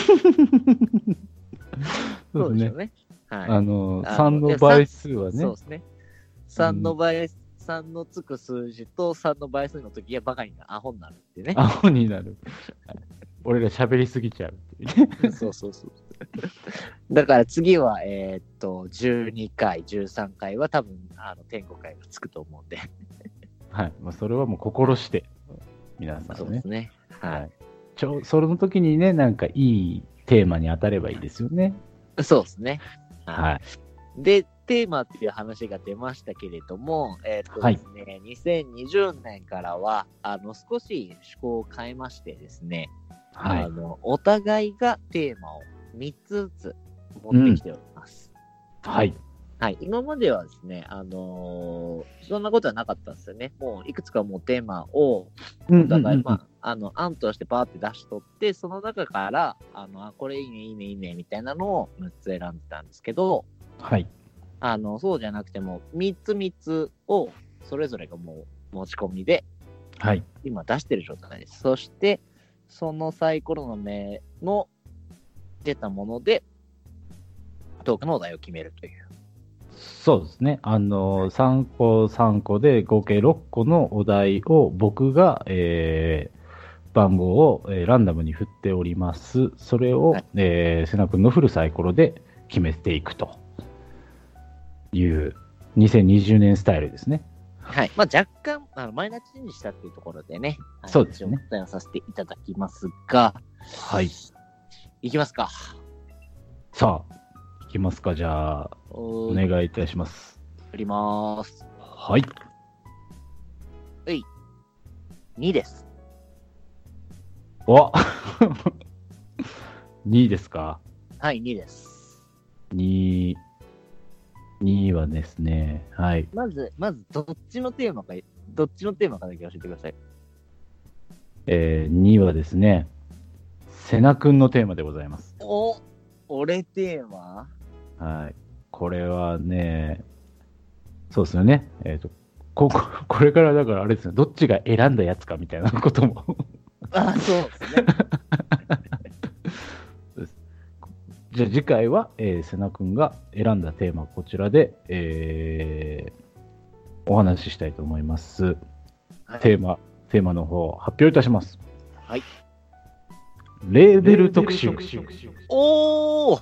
そうですね。はい。 あの、さんの倍数はね。 そうですね。さんの倍、さんのつく数字とさんの倍数の時はバカになる、アホになるってね。 アホになる。俺ら喋りすぎちゃうっていうね。 そうそうそう。だから次は、えー、っと、じゅうにかい、じゅうさんかいは多分、あの、天狗会がつくと思うんで。 はい。まあ、それはもう心して、皆さんね。 そうですね。はい。はい、 ちょ、その時にね、なんかいいテーマに当たればいいですよね。 そうですね。 はい。はい、 で、テーマっていう話が出ましたけれども、えー、っとですね、はい、にせんにじゅうねんからは、あの、少し趣向を変えましてですね、はい、あの、お互いがテーマをみっつずつ持ってきております。 うん、はい。 はい。今まではですね、あのー、そんなことはなかったんですよね。もういくつかもうテーマを、お互い、まあ、あの、案としてバーって出しとって、その中から、あの、あ、これいいね、いいね、いいね、みたいなのをむっつ選んでたんですけど、 はい。 あの、そうじゃなくても、みっつみっつを、それぞれがもう持ち込みで、 はい。 今出してる状態です。そして、そのサイコロの目の出たもので、トークのお題を決めるという。 そうですね。あの、さんこさんこで合計ろっこのお題を僕が、えー、番号を、えー、ランダムに振っております。それを、はい、えー、瀬名君の振るサイコロで決めていくというにせんにじゅうねんスタイルですね。 はい。まあ、若干、あのマイナーチェンジしたっていうところでね。 そうですね。 お伝えをさせていただきますが。 はい。 いきますか。さあ、いきますか。じゃあ、お願いいたします。 振りまーす。 はい。 はい。にです。 おにですか。 はい、にです。 に、にはですね、はい。 まず、まず、どっちのテーマか、どっちのテーマかだけ教えてください。 えー、にはですね、瀬名くんのテーマでございます。 お、俺テーマ？ はい。これはね、そうですよね。えっと、こ、これからだからあれですね、どっちが選んだやつかみたいなことも。 ああ、そうですね。 じゃあ次回は、えー、瀬名くんが選んだテーマ、こちらで、えー、お話ししたいと思います。はい、テーマ、テーマの方、発表いたします。 はい。 レーベル特集。 おー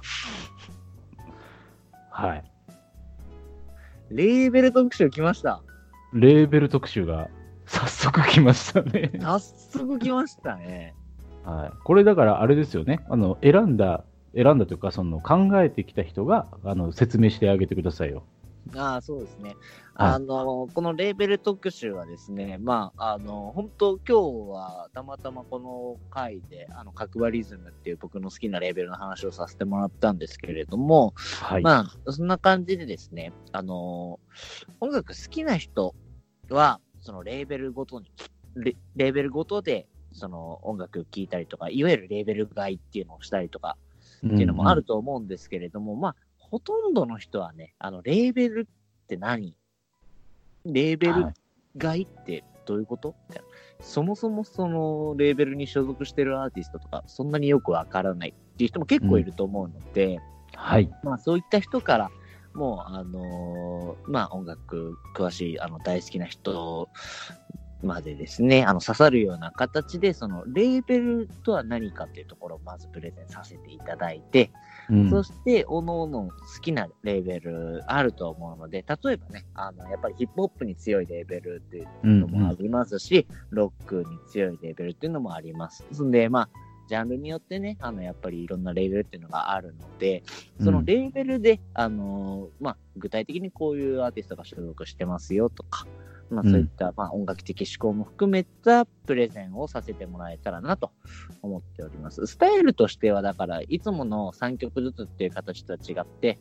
はい。 レーベル特集来ました。 レーベル特集が早速来ましたね。 早速来ましたね。 はい。これだからあれですよね。あの、選んだ、選んだというか、その考えてきた人が、あの、説明してあげてくださいよ。 ああ、そうですね。あの、このレーベル特集はですね、まあ、あの、本当今日はたまたまこの回で、あの、角張リズムっていう僕の好きなレーベルの話をさせてもらったんですけれども、はい、まあ、そんな感じでですね、あの、音楽好きな人は、そのレーベルごとに、レ、レーベルごとで、その音楽聴いたりとか、いわゆるレーベル買いっていうのをしたりとか、っていうのもあると思うんですけれども、うんうん、まあ、ほとんどの人はね、あの、レーベルって何？レーベル買いってどういうこと？みたいな。そもそもそのレーベルに所属してるアーティストとか、そんなによくわからないっていう人も結構いると思うので、うん、 はい。 まあ、そういった人から、もう、あのー、まあ、音楽詳しい、あの、大好きな人までですね、あの、刺さるような形で、その、レーベルとは何かっていうところをまずプレゼンさせていただいて、うん、そして、おのおの好きなレーベルあると思うので、例えばね、あの、やっぱりヒップホップに強いレーベルっていうのもありますし、うんうん、ロックに強いレーベルっていうのもあります。そんで、まあ、ジャンルによってね、あの、やっぱりいろんなレーベルっていうのがあるので、そのレーベルで、うん、あの、まあ、具体的にこういうアーティストが所属してますよとか、まあ、そういった、まあ、音楽的思考も含めたプレゼンをさせてもらえたらなと思っております。スタイルとしては、だから、いつものさんきょくずつっていう形とは違って、あ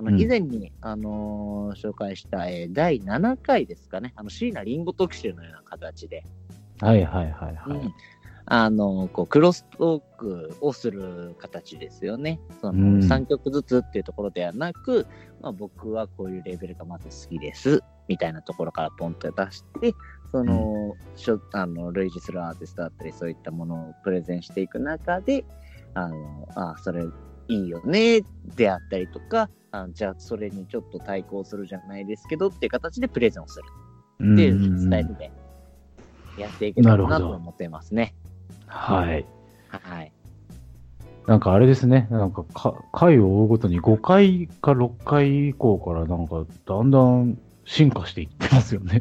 あの以前に、うん、あのー、紹介した、えー、だいななかいですかね、あの椎名林檎特集のような形で、 はいはいはいはい。うん、 あのー、こうクロストークをする形ですよね。その、うん、さんきょくずつっていうところではなく、まあ、僕はこういうレベルがまず好きです、みたいなところからポンと出して、その、うん、あの類似するアーティストだったり、そういったものをプレゼンしていく中で、あの、あ、それいいよね、であったりとか、あじゃあそれにちょっと対抗するじゃないですけどっていう形でプレゼンをするっていうスタイルでやっていけたらなと思っていますね。 はい。 はい。 なんかあれですね、なんかか回を追うごとにごかいかろっかい以降からなんかだんだん進化していってますよね。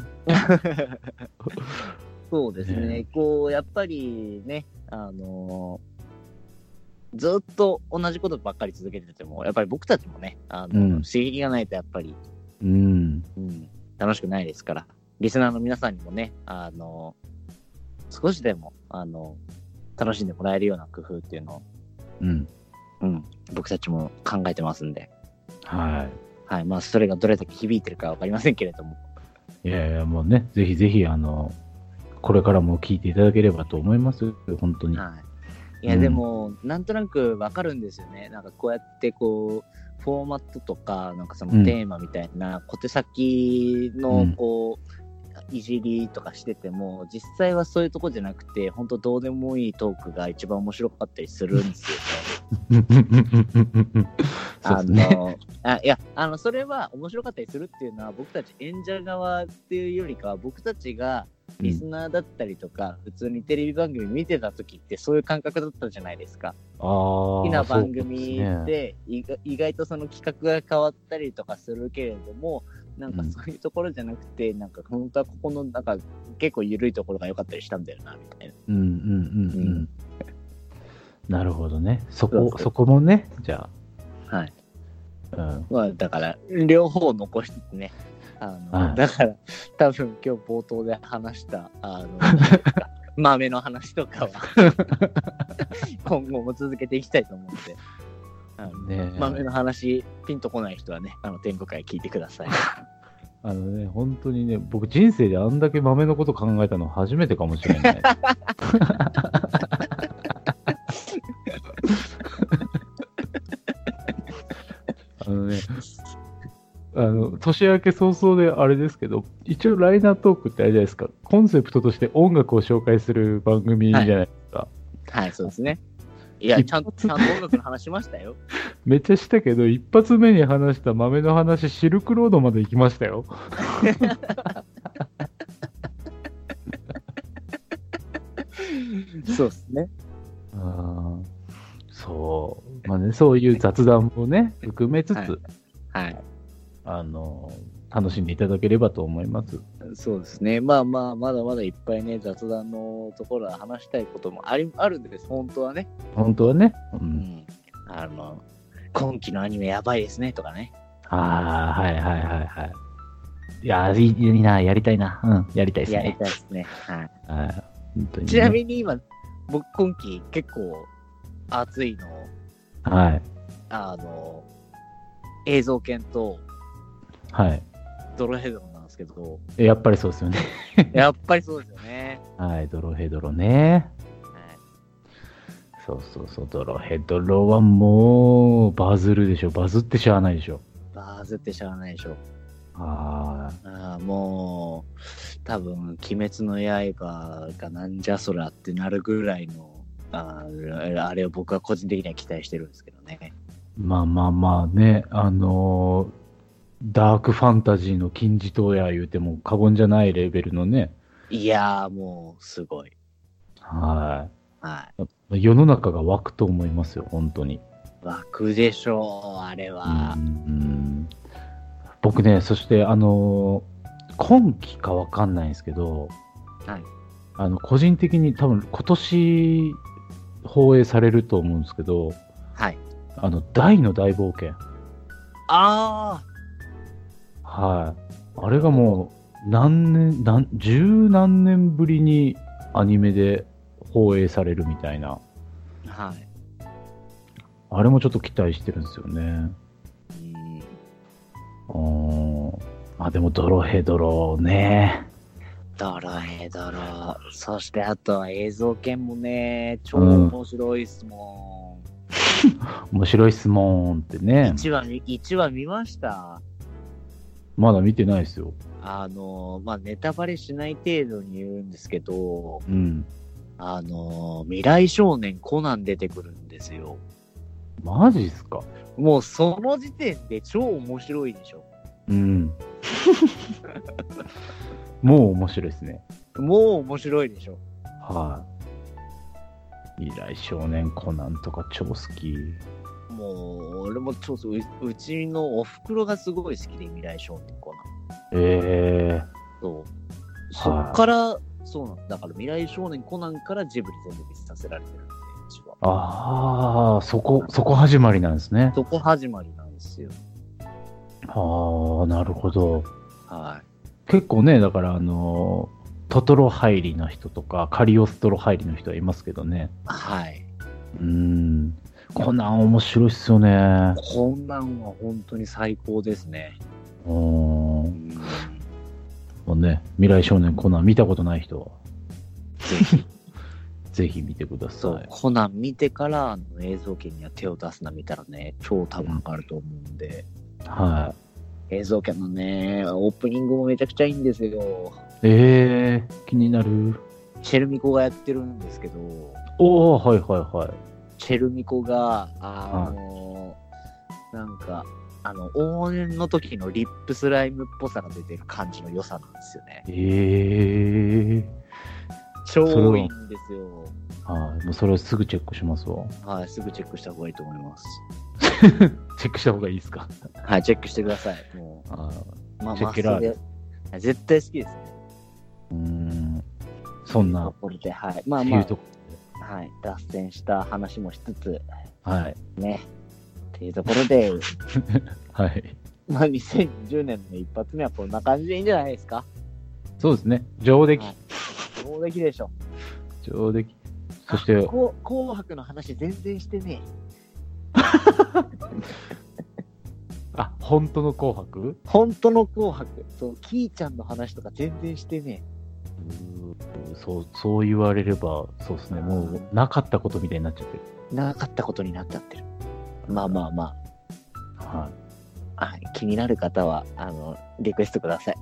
そうですね、ね、こうやっぱりね、あのー、ずっと同じことばっかり続けててもやっぱり僕たちもね、あの、うん、刺激がないとやっぱり、 うんうん、楽しくないですから、リスナーの皆さんにもね、あのー、少しでもあの楽しんでもらえるような工夫っていうのを、 うんうん、僕たちも考えてますんで、 はい、 はい、まあそれがどれだけ響いてるかわかりませんけれども、 いやいやもうね、ぜひぜひあのこれからも聞いていただければと思いますよ、本当に。 はい、いや、うん、でもなんとなくわかるんですよね。なんかこうやってこうフォーマットとかなんかそのテーマみたいな小手先のこう、うんいじりとかしてても実際はそういうとこじゃなくて本当どうでもいいトークが一番面白かったりするんですよね。あのあいやあのそれは面白かったりするっていうのは僕たち演者側っていうよりかは僕たちがリスナーだったりとか、うん、普通にテレビ番組見てた時ってそういう感覚だったじゃないですか。 あ好きな番組で、ね、意外とその企画が変わったりとかするけれどもなんかそういうところじゃなくて、うん、なんか本当はここのなんか結構緩いところが良かったりしたんだよなみたいな。 うんうんうんうん。うん、なるほどね。そこそうそうそこもね、じゃあ。はい。 うん。 まあだから両方残してね。あの、はい、だから多分今日冒頭で話したあの豆の話とかは今後も続けていきたいと思って。あのね、豆の話ピンとこない人はねあの天狗会聞いてください。 あのね本当にね僕人生であんだけ豆のこと考えたの初めてかもしれない。あのねあの年明け早々であれですけど一応ライナートークってあれじゃないですかコンセプトとして音楽を紹介する番組じゃないですか。 はい、はい、そうですね。いや、ちゃんと、ちゃんと音楽の話しましたよ。 めっちゃしたけど、一発目に話した豆の話、シルクロードまで行きましたよ。 そうですね。 あそう。まあね、そういう雑談もね、含めつつ、はい。 はい、 あの、楽しんでいただければと思います。 そうですね。まあまあ、まだまだいっぱいね、雑談のところは話したいこともありあるんです、本当はね。 本当はね。 うん。うん、あの、今期のアニメやばいですね、とかね。 ああ、はいはいはいはい。いやいい、いいな、やりたいな。うん、やりたいですね。 やりたいですね。はい。 はい本当にね、 ちなみに今、僕今期結構熱いの、 はい。 あの、映像犬と、 はい。 ドロヘドロなんですけど。 やっぱりそうですよね。 やっぱりそうですよね。 はい、ドロヘドロね。はい。そうそうそう、ドロヘドロはもうバズるでしょ。バズってしゃあないでしょ。 バズってしゃあないでしょ。 ああ、もう、多分、鬼滅の刃がなんじゃそらってなるぐらいの、あ, あれを僕は個人的には期待してるんですけどね。 まあまあまあね、あのー、ダークファンタジーの金字塔や言うても過言じゃないレベルのね。 いやーもうすごい。 はい。 はい。 世の中が湧くと思いますよ、本当に。 湧くでしょう、あれは。 うんうん僕ね、そしてあのー、今期かわかんないんですけど、 はい。 あの個人的に多分今年放映されると思うんですけど、 はい。 あの大の大冒険。 ああ。はい。あれがもう何年、何、十何年ぶりにアニメで放映されるみたいな。 はい。 あれもちょっと期待してるんですよね。 うん。 でもドロヘドロね。 ドロヘドロ。そしてあとは映像系もね、超面白いっすもん。面白いっすもんってね。 いちわ、いちわ見ました？ まだ見てないですよ。 あの、まあ、ネタバレしない程度に言うんですけど、 うん。 あの、未来少年コナン出てくるんですよ。 マジっすか？ もうその時点で超面白いでしょ。 うん。もう面白いですね。 もう面白いでしょ。 はい、未来少年コナンとか超好き。 もう俺も超う、うちのお袋がすごい好きで、未来少年コナン。 ええー。 そう。そっから、そうなんだから未来少年コナンからジブリ全部見させられてるんで、うちは。 ああ、そこ、そこ始まりなんですね。 そこ始まりなんですよ。 ああ、なるほど。 はい。 結構ね、だからあのトトロ入りの人とかカリオストロ入りの人はいますけどね。 はい。 うーん。コナン面白いっすよね。 コナンは本当に最高ですね。 うーん。うんもうね、未来少年コナン見たことない人はぜひぜひ見てください。そうコナン見てからあの映像系には手を出すな見たらね、超多分上がると思うんで。 うん、はい。 映像系のね、オープニングもめちゃくちゃいいんですよ。 えー、気になる。 チェルミコがやってるんですけど。 おー、はいはいはい。 チェルミコが、あの、はい、なんか、あの、往年の時のリップスライムっぽさが出てる感じの良さなんですよね。 えー。 超いいんですよ。 はい、もうそれをすぐチェックしますわ。 はい、すぐチェックした方がいいと思います。 チェックした方がいいですか？ はい、チェックしてください。もう。あまあ、チェックラーで。絶対好きですね。 うーん。そんな。 ところで、はい。まあまあ、はい。脱線した話もしつつ、 はい。 ね。っていうところで、 はい。 まあ、にせんにじゅうねんの一発目はこんな感じでいいんじゃないですか？ そうですね。上出来。はい、 上出来でしょ。 上出来。そして、 紅白の話全然してねあ、本当の紅白？ 本当の紅白。そう、キーちゃんの話とか全然してねうーそう、そう言われれば、そうですね。もう、なかったことみたいになっちゃってる。 なかったことになっちゃってる。まあまあまあ。はい。 はい、気になる方は、あの、リクエストください。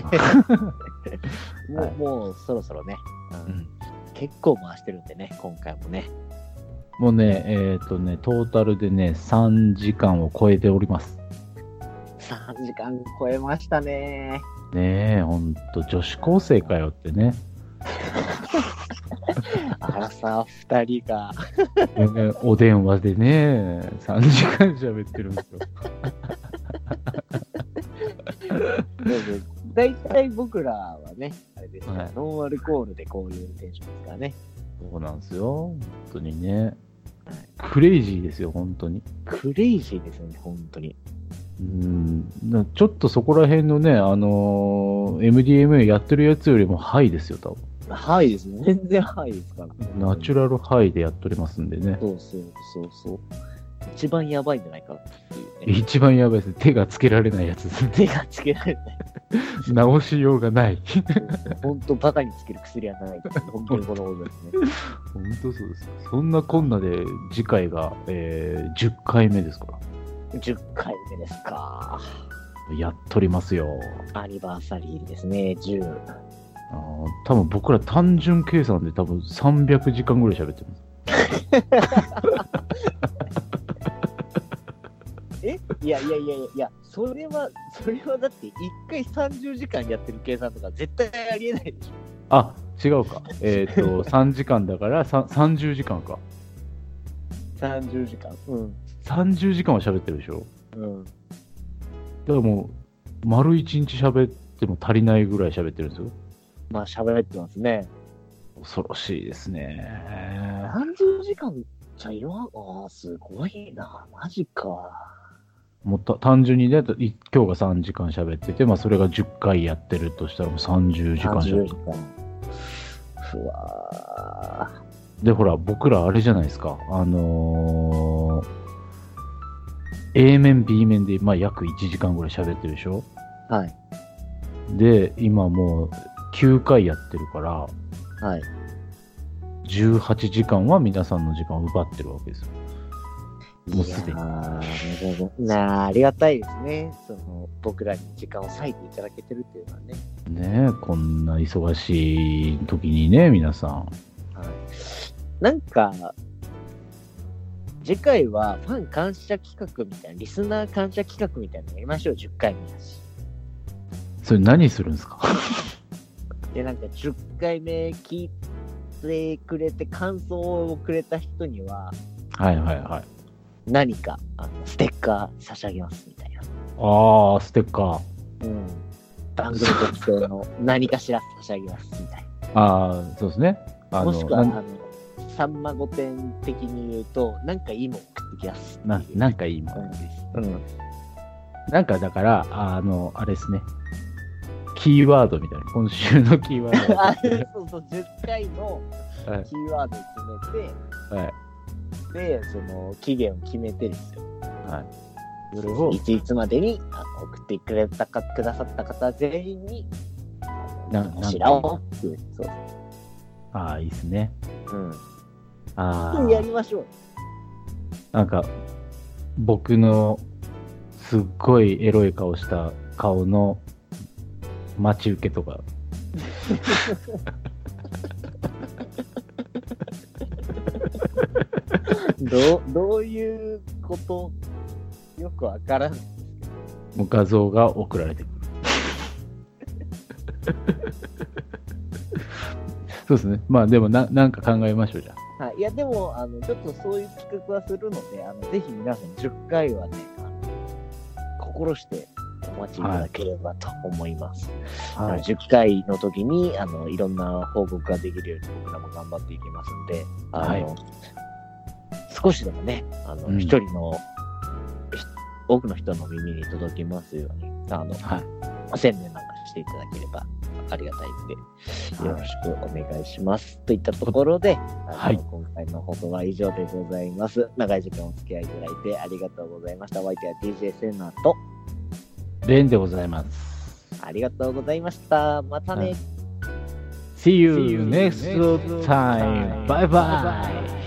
もう、はい、もうそろそろね、うん、うん、結構回してるんでね、今回もね。 もうね、えっとね、トータルでね、さんじかんを超えております。 さんじかん超えましたね。 ねえ、ほんと、女子高生かよってね。 あらさ、二人が。 お電話でね、さんじかん喋ってるんですよ。 だいたい僕らはね、あれですから、はい、ノンアルコールでこういうテンションですからね。 そうなんですよ。本当にね。はい、クレイジーですよ、本当に。 クレイジーですよね、本当に。 うん、ちょっとそこら辺のね、あのー、エムディーエムエー やってるやつよりもハイですよ、多分。 ハイですね。全然ハイですから、ね。 ナチュラルハイでやっておりますんでね。 そうそうそうそう。一番やばいんじゃないかっていうね。一番やばいですね。手がつけられないやつですね。 手がつけられない。 直しようがない。 本当バカにつける薬はない。本当にこのことですね。 本当そうです。そんなこんなで次回が、えー、じゅっかいめですから。 じゅっかいめですか。 やっとりますよ。 アニバーサリーですね、じゅう。 あ多分僕ら単純計算で多分さんびゃくじかんぐらい喋ってます。 えいやいやいやいや、それは、それはだっていっかいさんじゅうじかんやってる計算とか絶対ありえないでしょ。 あ、違うか。えっ、ー、と、さんじかんだからささんじゅうじかんか。 さんじゅうじかん。うん。 さんじゅうじかんは喋ってるでしょ。 うん。 だからもう、丸いちにち喋っても足りないぐらい喋ってるんですよ。 まあ喋ってますね。 恐ろしいですね。 さんじゅうじかんじゃ言わん。ああ、すごいな。マジか。 もうた単純にね、今日がさんじかん喋ってて、まあそれがじゅっかいやってるとしたらもうさんじゅうじかん喋ってる。 うわで、ほら、僕らあれじゃないですか。あのー、A 面、B 面で、まあ約いちじかんぐらい喋ってるでしょ。 はい。 で、今もうきゅうかいやってるから、 はい。 じゅうはちじかんは皆さんの時間を奪ってるわけですよ。もうすでに。 いやーなあ、ありがたいですね。その、僕らに時間を割いていただけてるっていうのはね。 ねえ、こんな忙しい時にね、皆さん。 はい。なんか、次回はファン感謝企画みたいな、リスナー感謝企画みたいなのやりましょう、じゅっかいめだし。 それ何するんですか？ で、なんかじゅっかいめ聞いてくれて感想をくれた人には、 はいはいはい。 何かあのステッカー差し上げますみたいな。 ああ、ステッカー。 うん。番組特製の何かしら差し上げますみたいな。ああ、そうですね。あのもしくは、あの、さんま御殿的に言うと、なんかいいもん送ってきますな。なんかいいもんです。うん。なんかだから、あの、あれですね。キーワードみたいな。今週のキーワード。そうそう、じゅっかいのキーワードを決めて、はい。で、その、期限を決めてですよ。はい。それを、いついつまでにあの送ってくれたか、くださった方全員に、な、なんしらをっていう。そう。 ああ、いいですね。 うん。 ああ。 やりましょう。 なんか、僕の、すっごいエロい顔した顔の待ち受けとか。 どう、どういうことよくわからないんですけど。 もう画像が送られてくる。そうですね。まあでもな、なんか考えましょうじゃあ。はい。いやでも、あの、ちょっとそういう企画はするので、あの、ぜひ皆さんじゅっかいはね、あの心してお待ちいただければと思います。はい、じゅっかいの時に、あの、いろんな報告ができるように僕らも頑張っていきますんで、あの、はい、少しでもね、あの、一、うん、人の、多くの人の耳に届きますように、あの、はい、宣伝なんかしていただければありがたいので、よろしくお願いします。はい、といったところで、はい、今回の放送は以上でございます。長い時間お付き合いいただいてありがとうございました。お相手は ディージェー セナとレンでございます。 ありがとうございました。またね。 See you next time. Bye bye.